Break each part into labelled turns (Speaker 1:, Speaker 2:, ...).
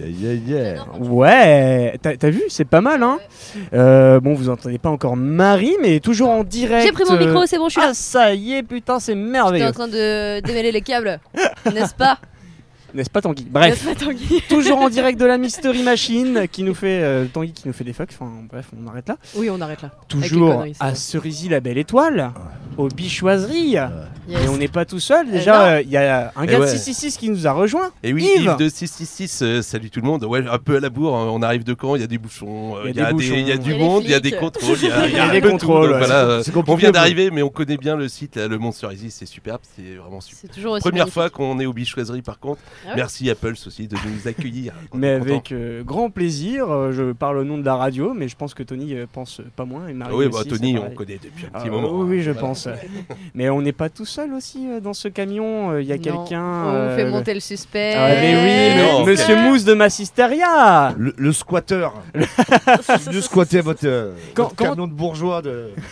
Speaker 1: Ouais, t'as vu, c'est pas mal, hein. Bon, vous entendez pas encore Marie, mais toujours en direct.
Speaker 2: J'ai pris mon micro, c'est bon, je suis là.
Speaker 1: Ah, ça y est, putain, c'est
Speaker 2: J'étais
Speaker 1: merveilleux.
Speaker 2: en train de démêler les câbles, n'est-ce pas?
Speaker 1: N'est-ce pas, Tanguy? Bref,
Speaker 2: N'est-ce pas, Tanguy?
Speaker 1: toujours en direct de la Mystery Machine qui nous fait Tanguy qui nous fait des fucks. Enfin, bref, on arrête là.
Speaker 2: Oui, on arrête là.
Speaker 1: Toujours
Speaker 2: conneries, c'est
Speaker 1: à
Speaker 2: vrai.
Speaker 1: Cerisy la Belle Étoile, aux Bichoiseries.
Speaker 2: Yes.
Speaker 1: Et on n'est pas tout seul. Déjà, il y a un gars de
Speaker 3: ouais.
Speaker 1: 666 qui nous a rejoint.
Speaker 3: Et oui,
Speaker 1: Yves.
Speaker 3: Yves de 666, salut tout le monde. Ouais, un peu à la bourre, hein, on arrive de Caen, il y a des bouchons,
Speaker 1: Il y a des bouchons.
Speaker 3: il y a
Speaker 2: Il y
Speaker 3: du
Speaker 2: a
Speaker 3: monde,
Speaker 2: les
Speaker 3: il y a des
Speaker 2: flics.
Speaker 3: contrôles, il y
Speaker 1: Il y a
Speaker 3: un
Speaker 1: des
Speaker 3: peu de
Speaker 1: contrôles,
Speaker 3: tout. Donc
Speaker 1: ouais.
Speaker 3: voilà,
Speaker 1: C'est compliqué,
Speaker 3: on vient
Speaker 1: mais-
Speaker 3: d'arriver, mais on connaît bien le site, là, le Mont Cerisy, c'est superbe, c'est vraiment super.
Speaker 2: C'est toujours aussi
Speaker 3: Première
Speaker 2: magnifique.
Speaker 3: fois qu'on est au Bichoiserie par contre.
Speaker 2: Ah ouais
Speaker 3: Merci Apple aussi de nous accueillir. On
Speaker 1: Mais
Speaker 3: est content.
Speaker 1: avec grand plaisir. Je parle au nom de la radio, mais je pense que Tony pense pas moins. Et Marie
Speaker 3: Oui,
Speaker 1: aussi,
Speaker 3: Tony,
Speaker 1: c'est
Speaker 3: on
Speaker 1: pareil.
Speaker 3: connaît depuis un
Speaker 1: Ah,
Speaker 3: petit moment.
Speaker 1: oui, je
Speaker 3: Voilà.
Speaker 1: pense. Mais on n'est pas tout seul aussi dans ce camion. Il y a
Speaker 2: Non,
Speaker 1: quelqu'un.
Speaker 2: On vous fait monter le suspense.
Speaker 1: Ah, mais oui,
Speaker 3: Non,
Speaker 1: Monsieur Mousse de Massisteria.
Speaker 4: Le squatter. Venu squatter votre
Speaker 1: Comment-
Speaker 4: camion de bourgeois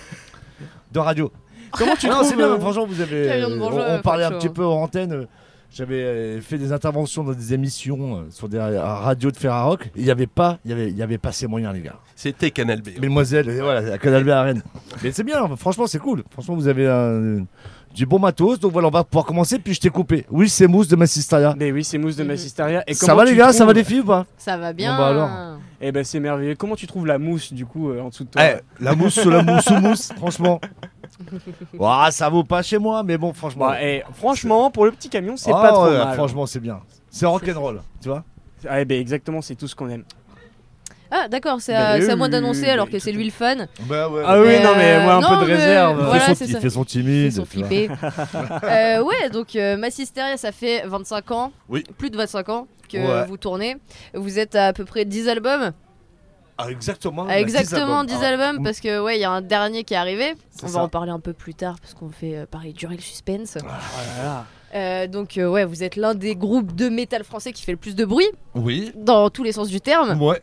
Speaker 4: de radio.
Speaker 1: Comment tu
Speaker 4: Non,
Speaker 1: trouves
Speaker 4: c'est bien, franchement, vous avez.
Speaker 2: Camion de bourgeois,
Speaker 4: On parlait un
Speaker 2: pas
Speaker 4: petit
Speaker 2: chaud.
Speaker 4: peu hors antenne. J'avais fait des interventions dans des émissions sur des radios de Ferrarock. Il y avait pas ces moyens, les gars.
Speaker 3: C'était Canal B.
Speaker 4: Mesdemoiselles, et voilà, à Canal B à Rennes. Mais c'est bien, franchement, c'est cool. Franchement, vous avez du bon matos. Donc voilà, on va pouvoir commencer. Puis je t'ai coupé. Oui, c'est Mousse de Massisteria.
Speaker 1: Mais oui, c'est Mousse de
Speaker 2: Mhm.
Speaker 1: Massisteria. Et
Speaker 4: Ça
Speaker 1: comment
Speaker 4: va, les
Speaker 1: tu
Speaker 4: gars? Ça va,
Speaker 1: trouves-
Speaker 4: les filles ou pas?
Speaker 2: Ça va bien.
Speaker 4: Bon, bah alors.
Speaker 1: Eh ben c'est merveilleux. Comment tu trouves la mousse du coup en dessous de toi?
Speaker 4: La mousse sur la mousse ou mousse, franchement. Ouah, ça vaut pas chez moi, mais bon, franchement.
Speaker 1: Bah, franchement, pour le petit camion, c'est
Speaker 4: Ah
Speaker 1: pas trop
Speaker 4: ouais,
Speaker 1: mal.
Speaker 4: franchement, c'est bien. C'est rock'n'roll, tu vois.
Speaker 1: Ah, ben exactement, c'est tout ce qu'on aime.
Speaker 2: Ah, d'accord, c'est
Speaker 1: Bah,
Speaker 2: à
Speaker 1: oui,
Speaker 2: moi
Speaker 1: oui,
Speaker 2: d'annoncer
Speaker 1: oui,
Speaker 2: alors
Speaker 1: oui,
Speaker 2: que
Speaker 1: tout
Speaker 2: c'est
Speaker 1: à
Speaker 2: lui le fan.
Speaker 4: Bah ouais.
Speaker 1: Ah oui, non mais moi un
Speaker 2: non,
Speaker 1: peu de
Speaker 2: mais
Speaker 1: réserve.
Speaker 2: voilà, c'est
Speaker 4: il
Speaker 2: ça.
Speaker 4: fait son
Speaker 2: Ils
Speaker 4: timide.
Speaker 2: sont
Speaker 4: tu vois.
Speaker 2: flippés. Ouais, donc Massisteria, ça fait 25 ans,
Speaker 4: Oui.
Speaker 2: plus de 25 ans que
Speaker 4: Ouais.
Speaker 2: vous tournez. Vous êtes à peu près 10 albums.
Speaker 4: Ah, exactement.
Speaker 2: Exactement 10 albums,
Speaker 4: Ah,
Speaker 2: parce que ouais, il y a un dernier qui est arrivé.
Speaker 4: C'est
Speaker 2: On va
Speaker 4: ça.
Speaker 2: en parler un peu plus tard parce qu'on fait pareil durer le suspense.
Speaker 1: Voilà.
Speaker 2: Donc ouais, vous êtes l'un des groupes de métal français qui fait le plus de bruit
Speaker 4: Oui.
Speaker 2: dans tous les sens du terme.
Speaker 4: Ouais.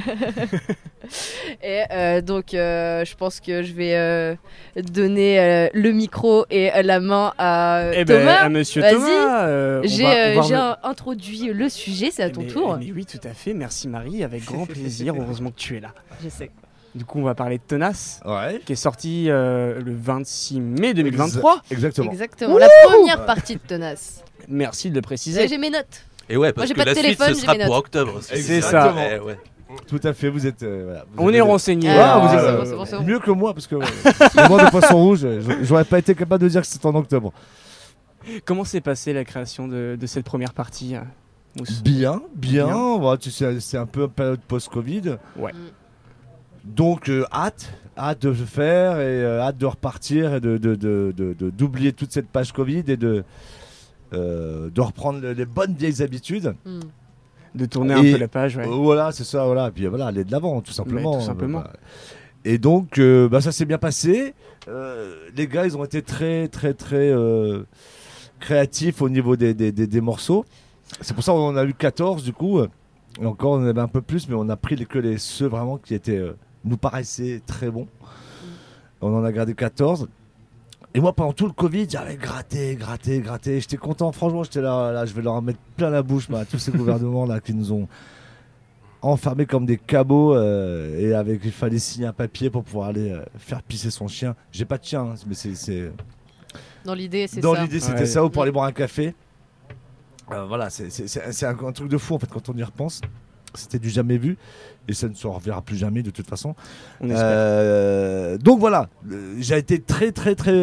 Speaker 2: Et donc je pense que je vais donner le micro et la main à
Speaker 1: Eh ben,
Speaker 2: Thomas.
Speaker 1: à Monsieur
Speaker 2: vas-y.
Speaker 1: Thomas, on
Speaker 2: J'ai
Speaker 1: va
Speaker 2: introduit le sujet, c'est à ton
Speaker 1: mais,
Speaker 2: tour.
Speaker 1: Mais oui, tout à fait. Merci Marie, avec grand plaisir. Heureusement que tu es là.
Speaker 2: Je sais.
Speaker 1: Du coup, on va parler de Tenace,
Speaker 4: Ouais.
Speaker 1: qui est sorti le 26 mai 2023.
Speaker 4: Exactement.
Speaker 2: Exactement. La première partie de Tenace.
Speaker 1: Merci de le préciser.
Speaker 2: J'ai mes notes.
Speaker 3: Et ouais, parce
Speaker 2: j'ai
Speaker 3: que
Speaker 2: pas de
Speaker 3: la suite,
Speaker 2: téléphone,
Speaker 3: ce
Speaker 2: j'ai
Speaker 3: sera
Speaker 2: mes
Speaker 3: pour
Speaker 2: notes.
Speaker 3: octobre.
Speaker 1: C'est ça.
Speaker 3: Ouais, ouais.
Speaker 4: Tout à fait. Vous êtes. Voilà, vous
Speaker 1: On
Speaker 4: avez
Speaker 1: est
Speaker 4: le-
Speaker 1: renseigné.
Speaker 2: Ah,
Speaker 4: vous êtes-
Speaker 2: c'est bon, c'est bon, c'est bon.
Speaker 4: Mieux que moi, parce que moi, de Poisson Rouge, j'aurais pas été capable de dire que c'était en octobre.
Speaker 1: Comment s'est passée la création de cette première partie, Mousse?
Speaker 4: Bien.
Speaker 1: Bien.
Speaker 4: Voilà, tu sais, c'est un peu période post-Covid.
Speaker 1: Ouais.
Speaker 4: Donc, hâte de le faire et hâte de repartir et d'oublier toute cette page Covid et de reprendre les bonnes vieilles habitudes.
Speaker 2: Hmm.
Speaker 1: De tourner
Speaker 4: Et-
Speaker 1: un peu la page, ouais.
Speaker 4: Voilà, c'est ça, voilà. Et puis voilà, aller de l'avant, tout simplement.
Speaker 1: tout simplement.
Speaker 4: Et donc, ça s'est bien passé. Les gars, ils ont été très créatifs au niveau des morceaux. C'est pour ça qu'on en a eu 14 du coup. Et encore, on en avait un peu plus, mais on a pris ceux vraiment qui étaient, nous paraissaient très bons. On en a gardé 14. Et moi, pendant tout le Covid, j'avais gratté. J'étais content, franchement, j'étais là, je vais leur en mettre plein la bouche, à tous ces gouvernements là qui nous ont enfermés comme des cabots et il fallait signer un papier pour pouvoir aller faire pisser son chien. J'ai pas de chien, hein, mais c'est
Speaker 2: Dans l'idée, c'est
Speaker 4: dans
Speaker 2: ça.
Speaker 4: l'idée c'était
Speaker 1: Ouais.
Speaker 4: ça, ou pour aller boire un café. Voilà, c'est un truc de fou en fait quand on y repense. C'était du jamais vu et ça ne se reverra plus jamais de toute façon.
Speaker 1: On espère.
Speaker 4: Donc voilà, j'ai été très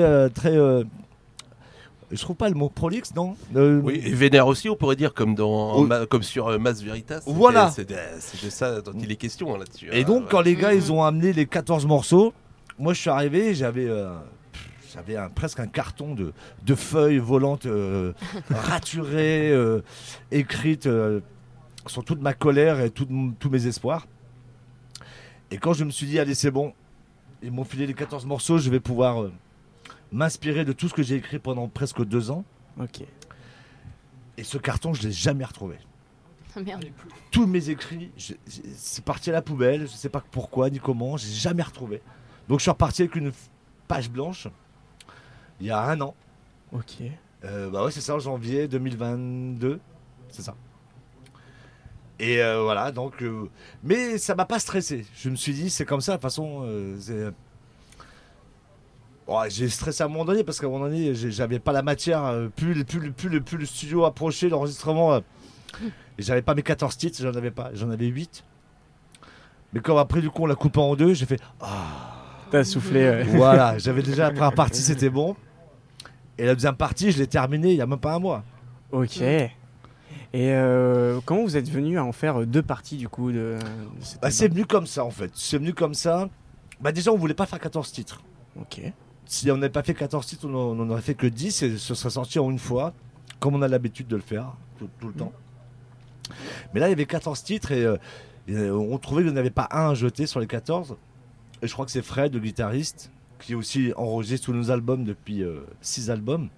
Speaker 4: je trouve pas le mot prolixe, non.
Speaker 3: Oui, et vénère aussi, on pourrait dire, comme,
Speaker 4: Oh.
Speaker 3: comme sur Mass Veritas.
Speaker 4: Voilà.
Speaker 3: C'est de ça dont il est question hein, là-dessus.
Speaker 4: Et donc quand les gars ils ont amené les 14 morceaux, moi je suis arrivé, j'avais presque un carton de feuilles volantes raturées, écrites sur toute ma colère et tous mes espoirs. Et quand je me suis dit allez c'est bon, ils m'ont filé les 14 morceaux, je vais pouvoir m'inspirer de tout ce que j'ai écrit pendant presque 2 ans.
Speaker 1: Ok.
Speaker 4: Et ce carton je l'ai jamais retrouvé.
Speaker 2: Ah, merde.
Speaker 4: Tous mes écrits, c'est parti à la poubelle, je sais pas pourquoi ni comment, j'ai jamais retrouvé. Donc je suis reparti avec une page blanche il y a 1 an.
Speaker 1: Ok.
Speaker 4: Bah ouais, c'est ça, en janvier 2022, c'est ça. Et voilà, donc. Mais ça m'a pas stressé. Je me suis dit, c'est comme ça, de toute façon. J'ai stressé à un moment donné parce qu'à un moment donné, j'avais pas la matière. Plus le studio approchait, l'enregistrement. Et j'avais pas mes 14 titres, j'en avais pas. J'en avais 8. Mais quand après, du coup, on l'a coupé en deux, j'ai fait.
Speaker 1: T'as soufflé. Ouais.
Speaker 4: Voilà, j'avais déjà la première partie, c'était bon. Et la deuxième partie, je l'ai terminée il y a même pas un mois.
Speaker 1: Ok. Et comment vous êtes venu à en faire 2 parties du coup de cet album?
Speaker 4: C'est venu comme ça en fait. C'est venu comme ça. Déjà, on voulait pas faire 14 titres.
Speaker 1: Ok.
Speaker 4: Si on n'avait pas fait 14 titres, on n'en aurait fait que 10 et ce serait sorti en une fois, comme on a l'habitude de le faire tout le temps. Mais là, il y avait 14 titres et on trouvait qu'il n'y en avait pas un à jeter sur les 14. Et je crois que c'est Fred, le guitariste, qui aussi enregistre tous nos albums depuis 6 albums.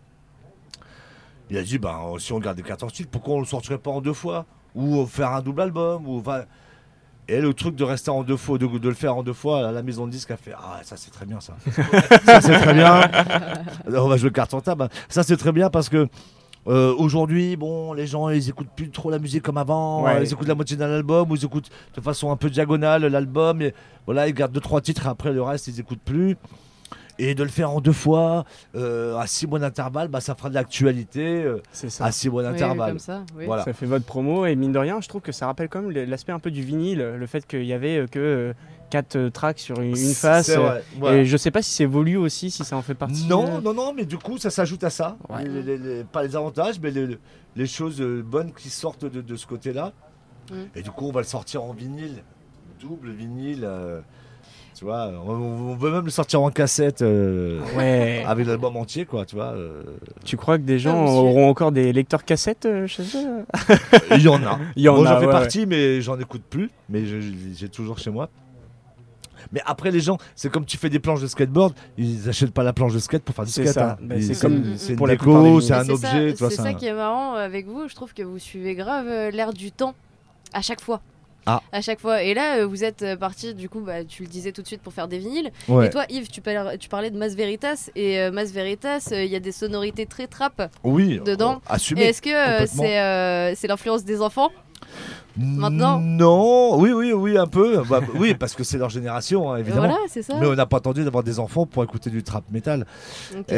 Speaker 4: Il a dit, si on garde les 14 titres, pourquoi on ne le sortirait pas en 2 fois? Ou faire un double album Et le truc de rester en 2 fois, de le faire en 2 fois, la maison de disque a fait ça c'est très bien ça. Ça c'est très bien. On va jouer carte en table. Ça c'est très bien parce que aujourd'hui, les gens ils écoutent plus trop la musique comme avant.
Speaker 1: Ouais.
Speaker 4: Ils écoutent la moitié d'un album ou ils écoutent de façon un peu diagonale l'album. Et voilà, ils gardent 2-3 titres et après le reste ils écoutent plus. Et de le faire en 2 fois, à 6 mois d'intervalle, ça fera de l'actualité
Speaker 1: C'est ça.
Speaker 4: à 6 mois
Speaker 2: Oui,
Speaker 4: d'intervalle.
Speaker 2: comme ça, oui.
Speaker 4: Voilà.
Speaker 1: Ça fait votre promo et mine de rien, je trouve que ça rappelle quand même l'aspect un peu du vinyle, le fait qu'il y avait que 4 tracks sur une face.
Speaker 4: C'est vrai, voilà.
Speaker 1: Et je sais pas si c'est voulu aussi, si ça en fait partie.
Speaker 4: Non, mais du coup, ça s'ajoute à ça.
Speaker 1: Ouais.
Speaker 4: Pas les avantages, mais les choses bonnes qui sortent de ce côté-là. Et du coup, on va le sortir en vinyle, double vinyle. Tu vois, on veut même le sortir en cassette
Speaker 1: Ouais.
Speaker 4: avec l'album entier, quoi, tu vois.
Speaker 1: Tu crois que des gens
Speaker 2: monsieur.
Speaker 1: auront encore des lecteurs cassettes chez eux?
Speaker 4: Il y en a.
Speaker 1: Il y en
Speaker 4: Moi,
Speaker 1: a,
Speaker 4: j'en fais
Speaker 1: ouais,
Speaker 4: partie, mais j'en écoute plus. Mais j'ai toujours chez moi. Mais après, les gens, c'est comme tu fais des planches de skateboard, ils n'achètent pas la planche de skate pour faire du
Speaker 1: C'est
Speaker 4: skate.
Speaker 1: ça.
Speaker 4: hein.
Speaker 1: C'est
Speaker 2: comme
Speaker 4: c'est une
Speaker 1: pour la plupart des
Speaker 4: déco,
Speaker 1: vinyles.
Speaker 4: c'est un
Speaker 2: Mais
Speaker 4: objet. tu vois,
Speaker 2: C'est
Speaker 4: c'est
Speaker 2: ça
Speaker 4: un-
Speaker 2: qui est marrant avec vous. Je trouve que vous suivez grave l'air du temps à chaque fois.
Speaker 4: Ah.
Speaker 2: À chaque fois. Et là, vous êtes parti, du coup, tu le disais tout de suite pour faire des vinyles.
Speaker 4: Ouais.
Speaker 2: Et toi, Yves, tu parlais de Mas Veritas. Et Mas Veritas, il y a des sonorités très trap.
Speaker 4: Oui,
Speaker 2: dedans. Et
Speaker 4: assumé.
Speaker 2: est-ce que
Speaker 4: complètement.
Speaker 2: c'est l'influence des enfants maintenant?
Speaker 4: Non, oui, un peu. Oui, parce que c'est leur génération, hein, évidemment.
Speaker 2: Voilà, c'est ça.
Speaker 4: Mais on n'a pas attendu d'avoir des enfants pour écouter du trap metal.
Speaker 2: Ok.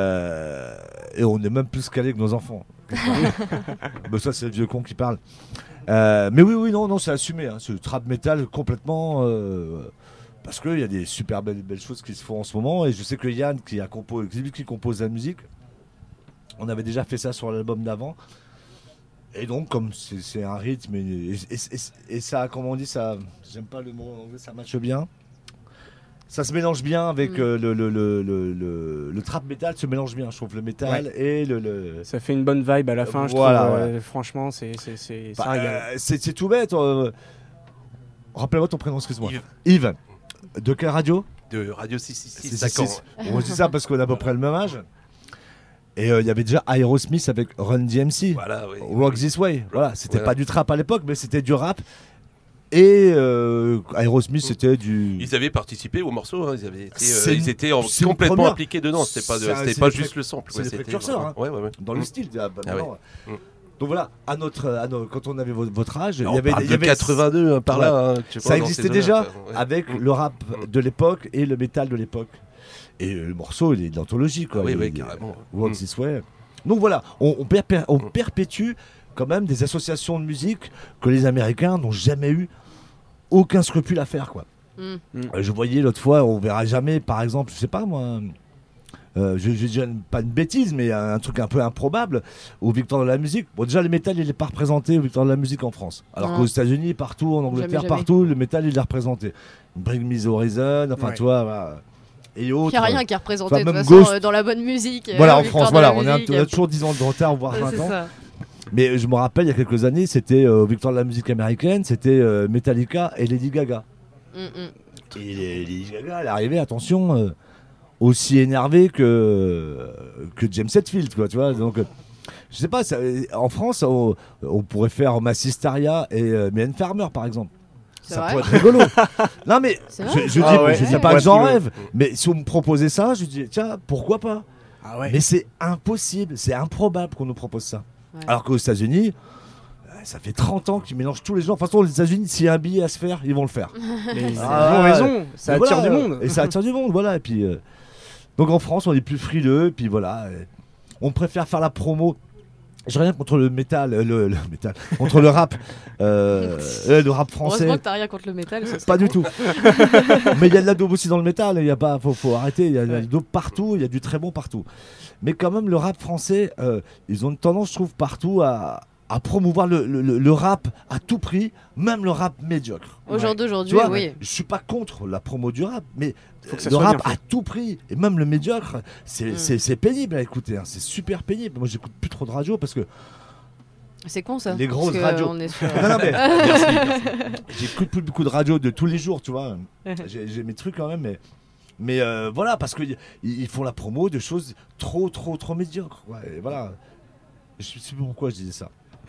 Speaker 4: Et on est même plus calé que nos enfants. Mais ça, c'est le vieux con qui parle. Mais oui, non, c'est assumé. Hein, ce trap metal complètement. Parce qu'il y a des super belles choses qui se font en ce moment. Et je sais que Yann, c'est lui qui compose la musique, on avait déjà fait ça sur l'album d'avant. Et donc, comme c'est un rythme, et ça, comment on dit, ça, j'aime pas le mot en anglais, ça matche bien. Ça se mélange bien avec le trap metal, se mélange bien, je trouve, le métal et le.
Speaker 1: Ça fait une bonne vibe à la fin, je
Speaker 4: Voilà,
Speaker 1: trouve.
Speaker 4: voilà.
Speaker 1: Franchement, ça régale.
Speaker 4: C'est tout bête. Rappelle-moi ton prénom, excuse-moi.
Speaker 3: Yves.
Speaker 4: Yves. De quelle radio?
Speaker 3: De Radio 666,
Speaker 4: 666.
Speaker 3: Sacan.
Speaker 4: On dit ça parce qu'on a à peu près le même âge. Et il y avait déjà Aerosmith avec Run DMC.
Speaker 3: Voilà, oui.
Speaker 4: Rock This Way. Voilà, c'était
Speaker 3: Voilà.
Speaker 4: pas du trap à l'époque, mais c'était du rap. Et Aerosmith, c'était du.
Speaker 3: Ils avaient participé au morceau, hein,
Speaker 4: C'est
Speaker 3: ils étaient
Speaker 4: c'est une
Speaker 3: complètement
Speaker 4: première.
Speaker 3: impliqués dedans, c'était pas,
Speaker 4: C'est
Speaker 3: pas
Speaker 4: des
Speaker 3: juste le sample.
Speaker 4: c'est
Speaker 3: ouais,
Speaker 4: des
Speaker 3: c'était
Speaker 4: précurseurs,
Speaker 3: vraiment-
Speaker 4: hein.
Speaker 3: Ouais.
Speaker 4: Dans le
Speaker 3: Mm.
Speaker 4: style.
Speaker 3: Ah Mm.
Speaker 4: Donc voilà, quand on avait votre âge, il y
Speaker 3: On
Speaker 4: avait,
Speaker 3: parle
Speaker 4: il y
Speaker 3: de
Speaker 4: avait
Speaker 3: 82 hein, par
Speaker 4: Ouais.
Speaker 3: là. Hein, je sais
Speaker 4: Ça
Speaker 3: pas, dans
Speaker 4: existait
Speaker 3: ces
Speaker 4: déjà
Speaker 3: zones-là, quoi. Ouais.
Speaker 4: avec
Speaker 3: Mm.
Speaker 4: le rap de l'époque et le métal de l'époque. Et le morceau, il est d'anthologie, quoi.
Speaker 3: Oui,
Speaker 4: Il-
Speaker 3: oui,
Speaker 4: il-
Speaker 3: carrément.
Speaker 4: Walk
Speaker 3: Mm.
Speaker 4: This Way. Donc voilà, on perpétue quand même des associations de musique que les Américains n'ont jamais eu aucun scrupule à faire, quoi. Je voyais l'autre fois, on verra jamais, par exemple, je sais pas moi, je dis pas une bêtise, mais un truc un peu improbable, aux Victoires de la musique. Bon, déjà, le métal, il n'est pas représenté aux Victoires de la musique en France. Alors
Speaker 2: Non.
Speaker 4: qu'aux États-Unis, partout, en Angleterre,
Speaker 2: Jamais.
Speaker 4: partout, le métal, il est représenté. Bring Me the Horizon, enfin,
Speaker 1: Ouais.
Speaker 4: tu vois, voilà. Et autres.
Speaker 2: Il n'y a rien qui est représenté
Speaker 4: Enfin,
Speaker 2: de toute
Speaker 4: même
Speaker 2: façon
Speaker 4: Ghost.
Speaker 2: dans la bonne musique.
Speaker 4: Voilà, en
Speaker 2: Victoire
Speaker 4: France,
Speaker 2: de la
Speaker 4: voilà,
Speaker 2: musique.
Speaker 4: on a toujours 10 ans de retard, voire 20
Speaker 2: C'est
Speaker 4: ans.
Speaker 2: ça.
Speaker 4: Mais je me rappelle, il y a quelques années, c'était aux Victoires de la musique américaine, c'était Metallica et Lady Gaga. Et Lady Gaga, elle est arrivée, attention, aussi énervée que James Hetfield, quoi, tu vois. Donc, je sais pas, en France, on pourrait faire Massistaria et Mylène Farmer, par exemple.
Speaker 2: C'est
Speaker 4: Ça
Speaker 2: vrai
Speaker 4: pourrait être rigolo. Non, mais
Speaker 2: C'est vrai
Speaker 4: je dis,
Speaker 1: Ah ouais.
Speaker 4: je dis
Speaker 1: Ça
Speaker 4: pas
Speaker 1: pourrait
Speaker 4: que j'en
Speaker 1: être rigolo.
Speaker 4: rêve, mais si on me proposait ça, je dis, tiens, pourquoi pas?
Speaker 1: Ah ouais.
Speaker 4: Mais c'est impossible, c'est improbable qu'on nous propose ça.
Speaker 2: Ouais.
Speaker 4: Alors qu'aux États-Unis, ça fait 30 ans qu'ils mélangent tous les genres. De toute façon, les États-Unis, s'il y a un billet à se faire, ils vont le faire.
Speaker 1: Mais ils
Speaker 4: Ah,
Speaker 1: ont
Speaker 4: ouais.
Speaker 1: raison, ça
Speaker 4: Mais
Speaker 1: attire
Speaker 4: voilà,
Speaker 1: du monde.
Speaker 4: Et ça attire du monde, voilà. Et puis, donc en France, on est plus frileux, et puis voilà. On préfère faire la promo. J'ai rien contre le métal, le métal, contre le rap, le rap français.
Speaker 2: Heureusement que t'as rien contre le métal. ça serait
Speaker 4: Pas du
Speaker 2: bon.
Speaker 4: tout. Mais il y a de la dope aussi dans le métal. Il y a pas, faut arrêter. Il y a de la dope partout. Il y a du très bon partout. Mais quand même, le rap français, ils ont une tendance, je trouve, partout à promouvoir le rap à tout prix, même le rap médiocre.
Speaker 2: Au jour
Speaker 4: Tu
Speaker 2: d'aujourd'hui,
Speaker 4: vois,
Speaker 2: oui.
Speaker 4: je suis pas contre la promo du rap, mais
Speaker 1: Faut que ça
Speaker 4: le
Speaker 1: soit
Speaker 4: rap
Speaker 1: bien fait.
Speaker 4: à tout prix, et même le médiocre, c'est pénible à écouter. Hein. C'est super pénible. Moi, j'écoute plus trop de radio parce que
Speaker 2: C'est con ça.
Speaker 4: Les grosses
Speaker 2: parce que,
Speaker 4: radios.
Speaker 2: on est sur-
Speaker 4: non, mais merci. J'écoute plus beaucoup de radio de tous les jours, tu vois. J'ai mes trucs quand même, mais voilà, parce qu'ils font la promo de choses trop médiocres. Ouais, et voilà. Je sais plus pourquoi je disais ça.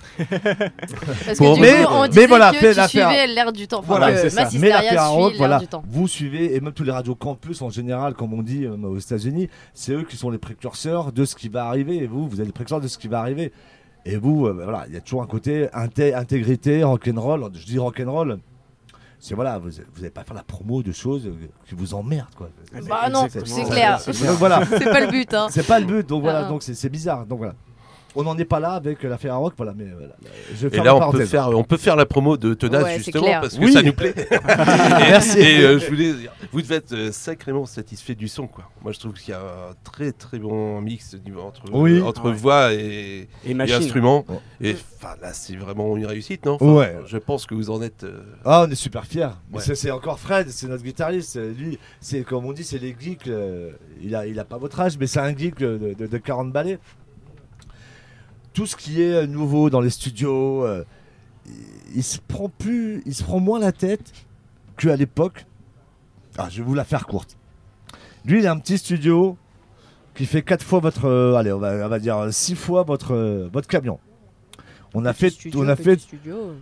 Speaker 2: Parce
Speaker 4: Bon,
Speaker 2: que du
Speaker 4: mais-
Speaker 2: coup, on
Speaker 4: mais
Speaker 2: disait
Speaker 4: voilà,
Speaker 2: que
Speaker 4: fait
Speaker 2: tu
Speaker 4: l'affaire.
Speaker 2: suivais l'air du temps. Enfin,
Speaker 4: Voilà,
Speaker 2: que
Speaker 1: c'est ça.
Speaker 2: Mass
Speaker 4: Mais
Speaker 2: Hysteria
Speaker 4: l'affaire
Speaker 2: suit
Speaker 4: rock,
Speaker 2: l'air
Speaker 4: voilà,
Speaker 2: du temps.
Speaker 4: vous suivez, et même tous les radios campus en général, comme on dit aux États-Unis, c'est eux qui sont les précurseurs de ce qui va arriver. Et vous êtes les précurseurs de ce qui va arriver. Et vous, voilà, il y a toujours un côté intégrité, rock'n'roll. Je dis rock'n'roll, c'est voilà, vous n'allez pas faire la promo de choses qui vous emmerdent, quoi.
Speaker 2: Bah non,
Speaker 1: Exactement.
Speaker 2: c'est clair.
Speaker 4: Donc voilà,
Speaker 2: C'est pas le but, hein.
Speaker 4: c'est pas le but. Donc voilà,
Speaker 2: Ah.
Speaker 4: donc c'est bizarre. Donc voilà. On n'en est pas là avec l'affaire rock, voilà, mais voilà. Je vais
Speaker 3: Et
Speaker 4: faire
Speaker 3: là,
Speaker 4: ma parenthèse.
Speaker 3: on peut faire la promo de Tenace,
Speaker 2: Ouais, c'est
Speaker 3: justement,
Speaker 2: clair.
Speaker 3: parce que
Speaker 4: Oui.
Speaker 3: ça nous plaît.
Speaker 4: Merci.
Speaker 3: Et je voulais dire, vous devez être sacrément satisfait du son, quoi. Moi, je trouve qu'il y a un très très bon mix entre
Speaker 4: Oui.
Speaker 3: entre voix et
Speaker 1: machine.
Speaker 3: instruments.
Speaker 4: Ouais.
Speaker 3: Et enfin, là, c'est vraiment une réussite, non?
Speaker 4: Ouais.
Speaker 3: Je pense que vous en êtes.
Speaker 4: Ah, on est super fiers. Mais
Speaker 3: Ouais.
Speaker 4: c'est encore Fred, c'est notre guitariste. Lui, c'est comme on dit, c'est les geeks. Il a pas votre âge, mais c'est un geek de 40 balais. Tout ce qui est nouveau dans les studios, il se prend moins la tête qu'à l'époque. Ah, je vais vous la faire courte. Lui, il a un petit studio qui fait 4 fois votre, allez, on va dire 6 fois votre camion. On a fait,
Speaker 2: Studio.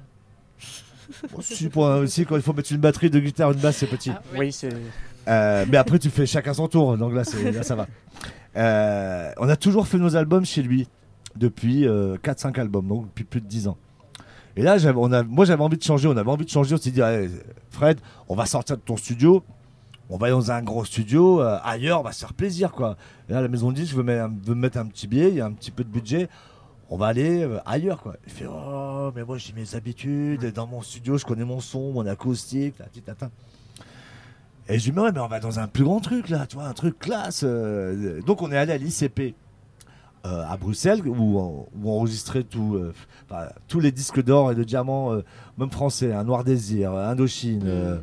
Speaker 4: aussi quand il faut mettre une batterie de guitare, une basse, c'est petit.
Speaker 2: Ah,
Speaker 1: Oui, c'est.
Speaker 4: Mais après, tu fais chacun son tour, donc là, là ça va. On a toujours fait nos albums chez lui depuis 4-5 albums, donc depuis plus de 10 ans. Et là, moi j'avais envie de changer, on avait envie de changer, on s'est dit, allez, Fred, on va sortir de ton studio, on va aller dans un gros studio, ailleurs, on va se faire plaisir, quoi. Et là, la maison dit, je veux me mettre un petit billet, il y a un petit peu de budget, on va aller ailleurs, quoi. Il fait, oh, mais moi j'ai mes habitudes, dans mon studio, je connais mon son, mon acoustique, la petite atteinte. Et je lui dis, mais ouais, mais on va dans un plus grand truc, là, tu vois, un truc classe. Donc on est allé à l'ICP à Bruxelles, où on enregistrait tous les disques d'or et de diamants, même français, un Noir Désir, Indochine,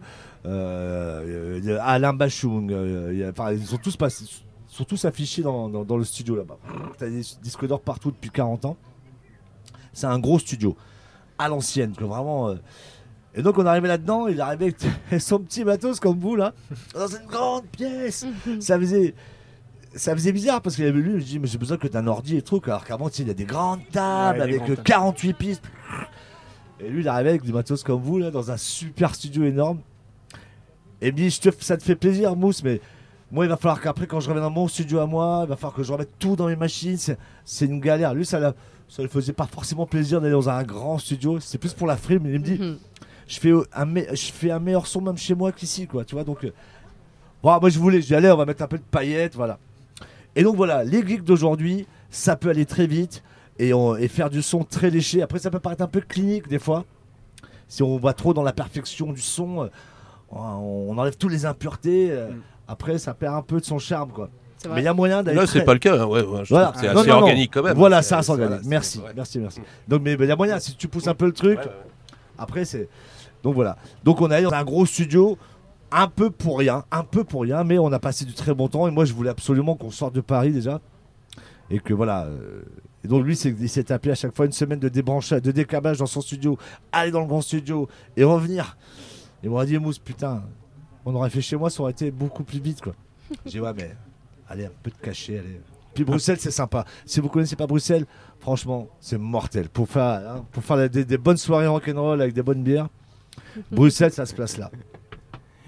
Speaker 4: Alain Bachung, ils sont tous affichés dans le studio là-bas. T'as des disques d'or partout depuis 40 ans. C'est un gros studio, à l'ancienne, que vraiment... Et donc on est arrivé là-dedans, il est arrivé avec son petit matos comme vous là, dans une grande pièce. Ça faisait bizarre parce qu'il avait lu, je dis mais j'ai besoin que d'un ordi et truc, alors qu'avant il y a des grandes tables
Speaker 1: Ouais, des
Speaker 4: avec
Speaker 1: grandes tables.
Speaker 4: 48 pistes. Et lui il est arrivé avec du matos comme vous là, dans un super studio énorme. Et il me dit ça te fait plaisir Mousse, mais moi il va falloir qu'après quand je revienne dans mon studio à moi, il va falloir que je remette tout dans mes machines, c'est une galère. Lui ça ne faisait pas forcément plaisir d'aller dans un grand studio, c'est plus pour la frime, mais il me dit... Je fais un meilleur son même chez moi qu'ici, quoi, tu vois, donc... Bon, moi, je dis, allez, on va mettre un peu de paillettes, voilà. Et donc, voilà, les geeks d'aujourd'hui, ça peut aller très vite et faire du son très léché. Après, ça peut paraître un peu clinique, des fois. Si on va trop dans la perfection du son, on enlève toutes les impuretés. Après, ça perd un peu de son charme, quoi.
Speaker 2: C'est
Speaker 4: Mais
Speaker 2: vrai.
Speaker 4: il y a moyen d'aller
Speaker 3: Là,
Speaker 4: très...
Speaker 3: c'est pas le cas. Ouais, je
Speaker 4: Voilà.
Speaker 3: trouve que c'est
Speaker 4: Non,
Speaker 3: assez
Speaker 4: non, non.
Speaker 3: organique quand même.
Speaker 4: Voilà,
Speaker 3: C'est-
Speaker 4: ça reste
Speaker 3: c'est-
Speaker 4: organique.
Speaker 3: c'est-
Speaker 4: Merci,
Speaker 3: ouais.
Speaker 4: merci. Donc, mais il y a moyen, si tu pousses un peu le truc,
Speaker 3: Ouais.
Speaker 4: après c'est... Donc voilà. Donc on est allé dans un gros studio, un peu pour rien, mais on a passé du très bon temps. Et moi, je voulais absolument qu'on sorte de Paris déjà. Et que voilà. Et donc lui, il s'est tapé à chaque fois une semaine de débranchage, de décabage dans son studio, aller dans le grand studio et revenir. Et on m'a dit, Mousse, putain, on aurait fait chez moi, ça aurait été beaucoup plus vite, quoi. J'ai dit, ouais, mais allez, un peu de cachet, allez. Puis Bruxelles, c'est sympa. Si vous connaissez pas Bruxelles, franchement, c'est mortel. Pour faire des bonnes soirées rock'n'roll avec des bonnes bières, Bruxelles, ça se place là.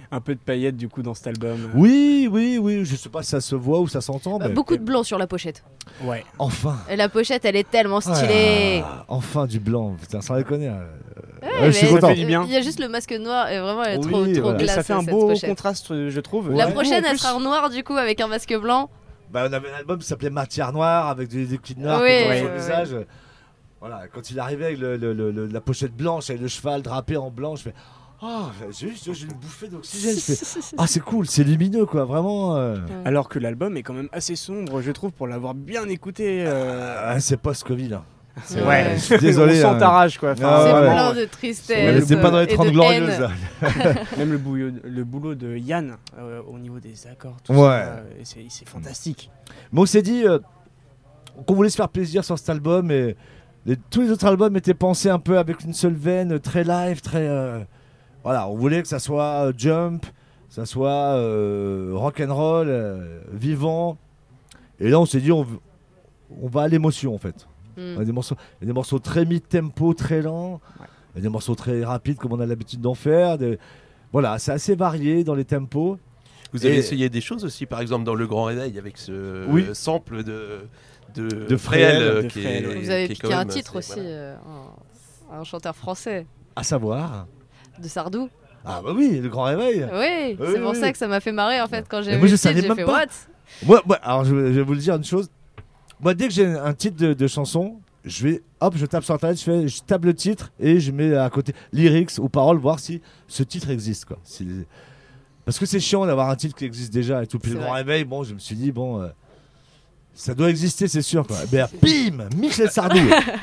Speaker 1: Un peu de paillettes du coup dans cet album.
Speaker 4: Oui, je sais pas si ça se voit ou ça s'entend. Mais...
Speaker 2: Beaucoup de blanc sur la pochette.
Speaker 1: Ouais.
Speaker 4: Enfin.
Speaker 2: Et la pochette, elle est tellement stylée.
Speaker 4: Enfin du blanc, putain, sans déconner.
Speaker 2: Ouais,
Speaker 4: je suis
Speaker 2: mais
Speaker 4: content.
Speaker 1: Ça fait du bien.
Speaker 2: Il y a juste le masque noir et vraiment, elle est
Speaker 4: Oui,
Speaker 2: trop
Speaker 4: voilà.
Speaker 1: Et
Speaker 2: classe.
Speaker 1: ça fait un
Speaker 2: cette
Speaker 1: beau
Speaker 2: pochette.
Speaker 1: contraste, je trouve.
Speaker 2: La
Speaker 4: Ouais.
Speaker 2: prochaine,
Speaker 1: En
Speaker 2: elle
Speaker 1: plus-
Speaker 2: sera en noir du coup avec un masque blanc.
Speaker 4: Bah, on avait un album qui s'appelait Matière Noire avec des petites noirs
Speaker 2: Oui,
Speaker 4: qui étaient
Speaker 1: ouais,
Speaker 4: sur le
Speaker 2: ouais.
Speaker 4: visage. Voilà, quand il arrivait avec la pochette blanche avec le cheval drapé en blanc, je fais j'ai une bouffée d'oxygène. Je fais c'est cool, c'est lumineux quoi, vraiment.
Speaker 1: Alors que l'album est quand même assez sombre, je trouve, pour l'avoir bien écouté.
Speaker 4: C'est post-Covid. Hein.
Speaker 2: Ouais.
Speaker 1: Ouais,
Speaker 4: Je suis désolé.
Speaker 1: On
Speaker 4: hein.
Speaker 1: sent ta rage quoi.
Speaker 2: C'est
Speaker 4: ouais.
Speaker 2: plein de tristesse.
Speaker 4: C'est pas dans les
Speaker 2: et
Speaker 4: 30
Speaker 2: de
Speaker 4: glorieuses.
Speaker 2: haine.
Speaker 4: là.
Speaker 1: Même le boulot de Yann au niveau des accords, tout
Speaker 4: Ouais.
Speaker 1: ça, c'est fantastique.
Speaker 4: Mais on s'est dit qu'on voulait se faire plaisir sur cet album et tous les autres albums étaient pensés un peu avec une seule veine, très live, très. Voilà, on voulait que ça soit Jump, que ça soit rock'n'roll, vivant. Et là, on s'est dit, on va à l'émotion en fait. Il y a des morceaux très mid-tempo, très lents. Il y a des morceaux très rapides comme on a l'habitude d'en faire. Voilà, c'est assez varié dans les tempos.
Speaker 3: Vous avez
Speaker 4: Et-
Speaker 3: essayé des choses aussi, par exemple dans Le Grand Réveil, avec ce
Speaker 4: Oui.
Speaker 3: sample de
Speaker 4: Fréhel,
Speaker 1: de Fréhel, ouais.
Speaker 2: Vous avez
Speaker 3: qui est
Speaker 2: piqué
Speaker 3: quand
Speaker 2: un
Speaker 3: même
Speaker 2: titre
Speaker 3: assez-
Speaker 2: aussi,
Speaker 3: voilà.
Speaker 2: un chanteur français
Speaker 4: À savoir.
Speaker 2: de Sardou.
Speaker 4: Ah bah oui, le grand réveil.
Speaker 2: Oui,
Speaker 4: Oui,
Speaker 2: c'est pour
Speaker 4: oui.
Speaker 2: ça que ça m'a fait marrer en fait quand j'ai
Speaker 4: Mais
Speaker 2: vu
Speaker 4: moi, je
Speaker 2: le titre,
Speaker 4: savais
Speaker 2: j'ai
Speaker 4: même
Speaker 2: fait
Speaker 4: pas.
Speaker 2: what.
Speaker 4: Moi, alors je vais vous le dire une chose. Moi, dès que j'ai un titre de chanson, je tape sur internet, je tape le titre et je mets à côté lyrics ou paroles, voir si ce titre existe quoi. Parce que c'est chiant d'avoir un titre qui existe déjà et tout. Puis
Speaker 2: C'est
Speaker 4: le grand
Speaker 2: vrai.
Speaker 4: réveil, bon, je me suis dit ça doit exister, c'est sûr quoi. Ben, bim, Michel Sardou.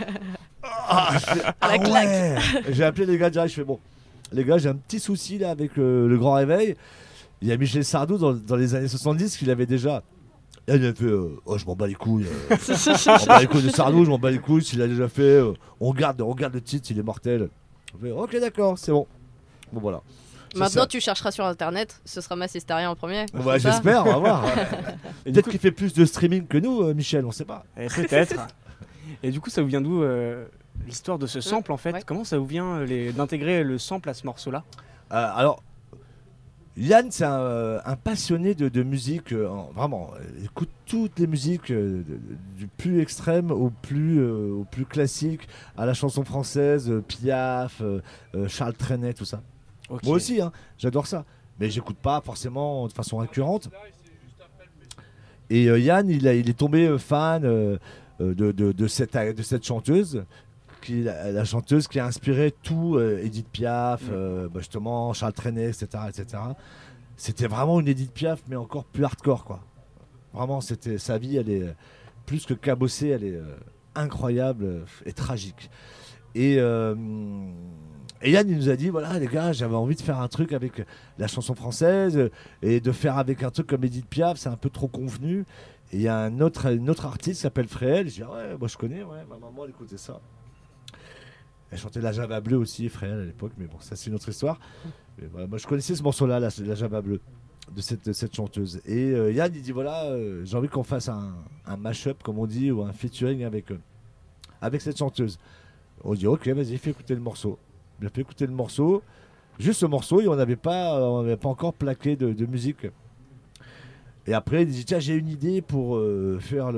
Speaker 2: La claque.
Speaker 4: Ouais. J'ai appelé les gars direct, je fais bon, les gars, j'ai un petit souci là avec le grand réveil. Il y a Michel Sardou dans les années 70 qu'il avait déjà. Et il a fait je m'en bats les couilles. Je m'en bats les couilles de Sardou, je m'en bats les couilles. S'il a déjà fait, on regarde le titre, il est mortel. On fait, ok, d'accord, c'est bon. Bon, voilà. C'est
Speaker 2: Maintenant,
Speaker 4: ça.
Speaker 2: tu chercheras sur internet, ce sera Massisteria en premier.
Speaker 4: Bon, bah,
Speaker 2: c'est ça
Speaker 4: j'espère, on va voir.
Speaker 1: Et du
Speaker 4: Peut-être
Speaker 1: coup-
Speaker 4: qu'il fait plus de streaming que nous, Michel, on sait pas.
Speaker 1: Peut-être. Et du coup, ça vous vient d'où l'histoire de ce sample en fait?
Speaker 2: Ouais.
Speaker 1: Comment ça vous vient d'intégrer le sample à ce morceau-là?
Speaker 4: Alors, Yann, c'est un passionné de musique, vraiment. Il écoute toutes les musiques, du plus extrême au plus classique, à la chanson française, Piaf, Charles Trenet, tout ça.
Speaker 1: Ok.
Speaker 4: Moi aussi, hein, j'adore ça. Mais j'écoute pas forcément de façon récurrente. Et Yann, il est tombé fan de cette chanteuse. La chanteuse qui a inspiré tout Edith Piaf, justement Charles Trenet, etc., etc. C'était vraiment une Edith Piaf, mais encore plus hardcore, quoi. Vraiment, sa vie, elle est plus que cabossée, elle est incroyable et tragique. Et Yann, il nous a dit, voilà les gars, j'avais envie de faire un truc avec la chanson française et de faire avec un truc comme Edith Piaf, c'est un peu trop convenu. Et il y a un autre artiste qui s'appelle Fréhel. Je dis, ouais, moi je connais, ouais, ma maman elle écoutait ça. Elle chantait La Java Bleue aussi, Fréhel à l'époque, mais bon, ça c'est une autre histoire. Mais voilà, moi je connaissais ce morceau-là, La Java Bleue, de cette chanteuse. Et Yann, il dit, voilà, j'ai envie qu'on fasse un mash-up, comme on dit, ou un featuring avec cette chanteuse. On dit, ok, vas-y, fais écouter le morceau. Il a fait écouter le morceau, juste ce morceau, et on n'avait pas encore plaqué de musique. Et après, il dit, tiens, j'ai une idée pour faire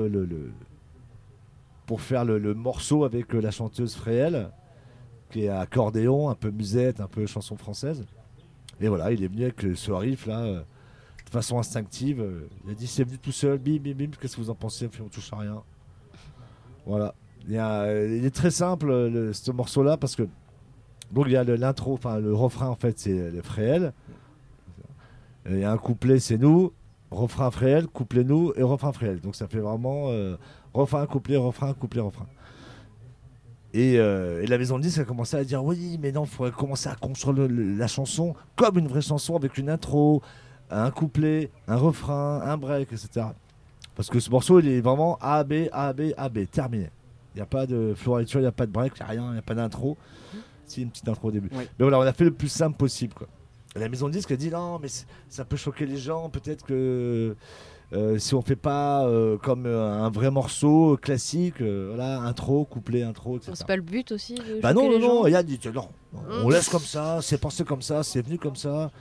Speaker 4: le morceau avec la chanteuse Fréhel, qui est accordéon, un peu musette, un peu chanson française. Et voilà, il est venu avec ce riff là, de façon instinctive. Il a dit, c'est venu tout seul, bim, bim, bim, qu'est-ce que vous en pensez? Puis on touche à rien. Voilà. Il est très simple, ce morceau-là, parce que donc il y a l'intro, enfin le refrain en fait, c'est le Fréhel. Il y a un couplet, c'est nous. Refrain Fréhel, couplet nous et refrain Fréhel. Donc ça fait vraiment refrain, couplet, refrain, couplet, refrain. Et la maison de disques a commencé à dire oui, mais non, il faudrait commencer à construire la chanson comme une vraie chanson avec une intro, un couplet, un refrain, un break, etc. Parce que ce morceau, il est vraiment A, B, A, B, A, B, terminé. Il n'y a pas de floriture, il n'y a pas de break, il n'y a rien, il n'y a pas d'intro. Si, une petite intro au début.
Speaker 1: Oui.
Speaker 4: Mais voilà, on a fait le plus simple possible, quoi. La maison de disque a dit non, mais ça peut choquer les gens. Peut-être que si on fait pas comme un vrai morceau classique, voilà, intro, couplet, intro, etc.
Speaker 2: C'est pas le but aussi de
Speaker 4: Bah
Speaker 2: choquer
Speaker 4: non,
Speaker 2: les
Speaker 4: non, non.
Speaker 2: gens
Speaker 4: Yann dit non, on laisse comme ça, c'est pensé comme ça, c'est venu comme ça.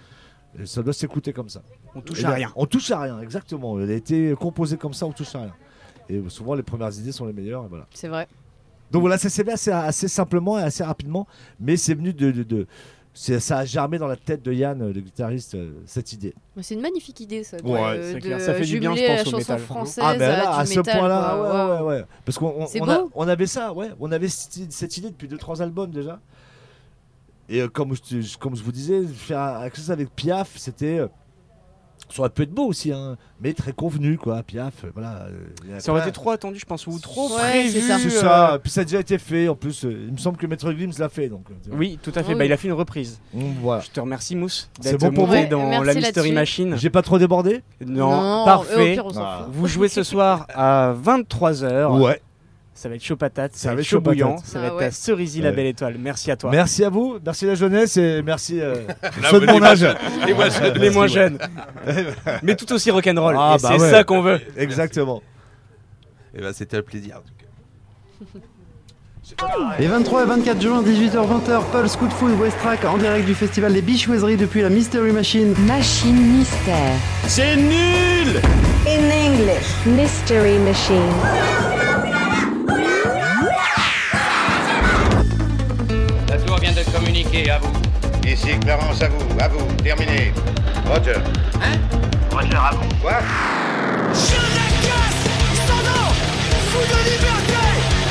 Speaker 4: Et ça doit s'écouter comme ça.
Speaker 1: On touche à rien.
Speaker 4: On touche à rien, exactement. Elle a été composée comme ça, on touche à rien. Et souvent, les premières idées sont les meilleures. Et voilà.
Speaker 2: C'est vrai.
Speaker 4: Donc voilà, ça s'est fait assez simplement et assez rapidement, mais c'est venu ça a germé dans la tête de Yann, le guitariste, cette idée.
Speaker 2: C'est une magnifique idée, ça.
Speaker 1: Ouais, c'est clair. Ça fait du bien, je
Speaker 2: jumeler
Speaker 1: pense,
Speaker 2: la
Speaker 1: au
Speaker 2: chanson
Speaker 1: métal.
Speaker 2: française
Speaker 4: Ah, ben là,
Speaker 2: du
Speaker 4: à ce
Speaker 2: métal,
Speaker 4: point-là,
Speaker 2: quoi.
Speaker 4: ouais. Parce qu'on
Speaker 2: C'est
Speaker 4: on
Speaker 2: beau.
Speaker 4: on avait ça, ouais. On avait cette idée depuis 2-3 albums déjà. Et comme je vous disais, faire quelque chose avec Piaf, c'était. Ça aurait pu être beau aussi, hein, mais très convenu, quoi. Piaf, voilà.
Speaker 1: Ça aurait été trop attendu, je pense, ou trop
Speaker 2: Ouais,
Speaker 1: prévu.
Speaker 2: c'est ça.
Speaker 4: C'est ça. Puis ça a déjà été fait. En plus, il me semble que Maître Gims l'a fait. Donc, tu vois.
Speaker 1: Oui, tout à fait.
Speaker 2: Oui.
Speaker 1: Bah, il a fait une reprise.
Speaker 4: Voilà.
Speaker 1: Je te remercie, Mousse,
Speaker 4: C'est
Speaker 1: d'être
Speaker 4: bon pour
Speaker 1: monté
Speaker 2: vous
Speaker 1: dans
Speaker 2: Merci
Speaker 1: la Mystery
Speaker 2: là-dessus.
Speaker 1: Machine.
Speaker 4: J'ai pas trop débordé.
Speaker 1: Non,
Speaker 2: au
Speaker 1: parfait.
Speaker 2: pire, on s'en
Speaker 4: Ah.
Speaker 2: fout.
Speaker 1: Vous jouez ce soir à 23h.
Speaker 4: Ouais.
Speaker 1: Ça va être chaud patate, ça va être chaud bouillant, ça va être
Speaker 2: ouais.
Speaker 1: ta Cerisy la belle étoile. Merci à toi.
Speaker 4: Merci à vous. Merci la jeunesse et merci
Speaker 3: Là,
Speaker 4: ceux de
Speaker 3: vous
Speaker 4: mon
Speaker 3: dites-
Speaker 4: âge.
Speaker 3: Les moins jeunes.
Speaker 1: Les moins jeunes. Mais tout aussi rock'n'roll.
Speaker 4: Ah,
Speaker 1: Et
Speaker 4: bah
Speaker 1: c'est
Speaker 4: ouais.
Speaker 1: ça qu'on veut.
Speaker 4: Exactement.
Speaker 3: Et ben, c'était un plaisir en tout cas.
Speaker 5: Les 23 et 24 juin, 18h-20h, Pulse Coup de Foudre Westrack en direct du festival des Bichouiseries depuis la Mystery Machine.
Speaker 6: Machine mystère.
Speaker 3: C'est nul.
Speaker 6: In English. Mystery Machine.
Speaker 7: La tour vient de communiquer à vous.
Speaker 8: Ici Clarence, à vous, terminé. Roger.
Speaker 7: Roger à vous.
Speaker 8: Quoi
Speaker 9: Je la casse, son nom, fou de liberté.